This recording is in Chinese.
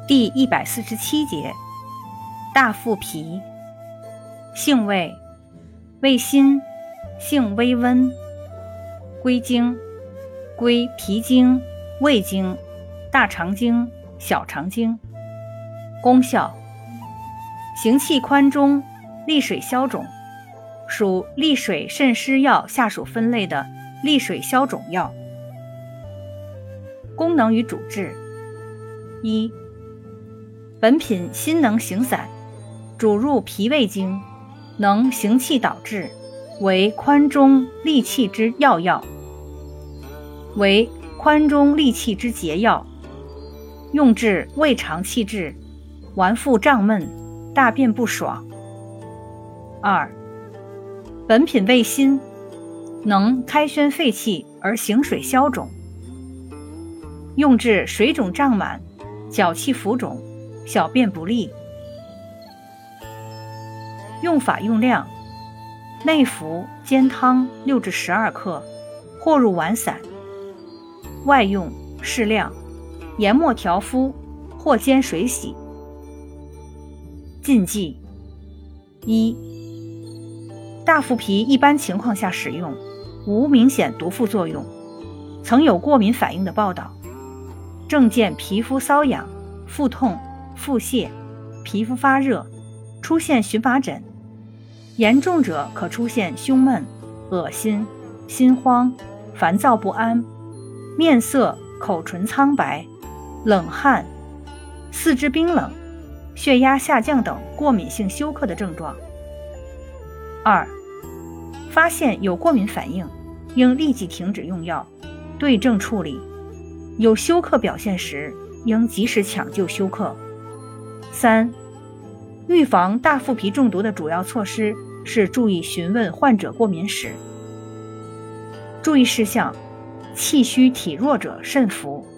第147节，大腹皮。性味，味辛，性微温。归经，归脾经、胃经、大肠经、小肠经。功效，行气宽中，利水消肿，属利水渗湿药下属分类的利水消肿药。功能与主治，一、本品辛能行散，主入脾胃经，能行气导滞，为宽中利气之要药，为宽中利气之节药，用治胃肠气滞、脘腹胀闷、大便不爽。二、本品味辛，能开宣肺气而行水消肿，用治水肿胀满、脚气浮肿、小便不利。用法用量，内服煎汤6至12克，或入丸散；外用适量，研末调敷，或煎水洗。禁忌：一、大腹皮一般情况下使用，无明显毒副作用，曾有过敏反应的报道，症见皮肤瘙痒、腹痛、腹泻、皮肤发热，出现荨麻疹，严重者可出现胸闷、恶心、心慌、烦躁不安、面色、口唇苍白、冷汗、四肢冰冷、血压下降等过敏性休克的症状。二、发现有过敏反应，应立即停止用药，对症处理，有休克表现时，应及时抢救休克。三、预防大腹皮中毒的主要措施是注意询问患者过敏史。注意事项：气虚体弱者慎服。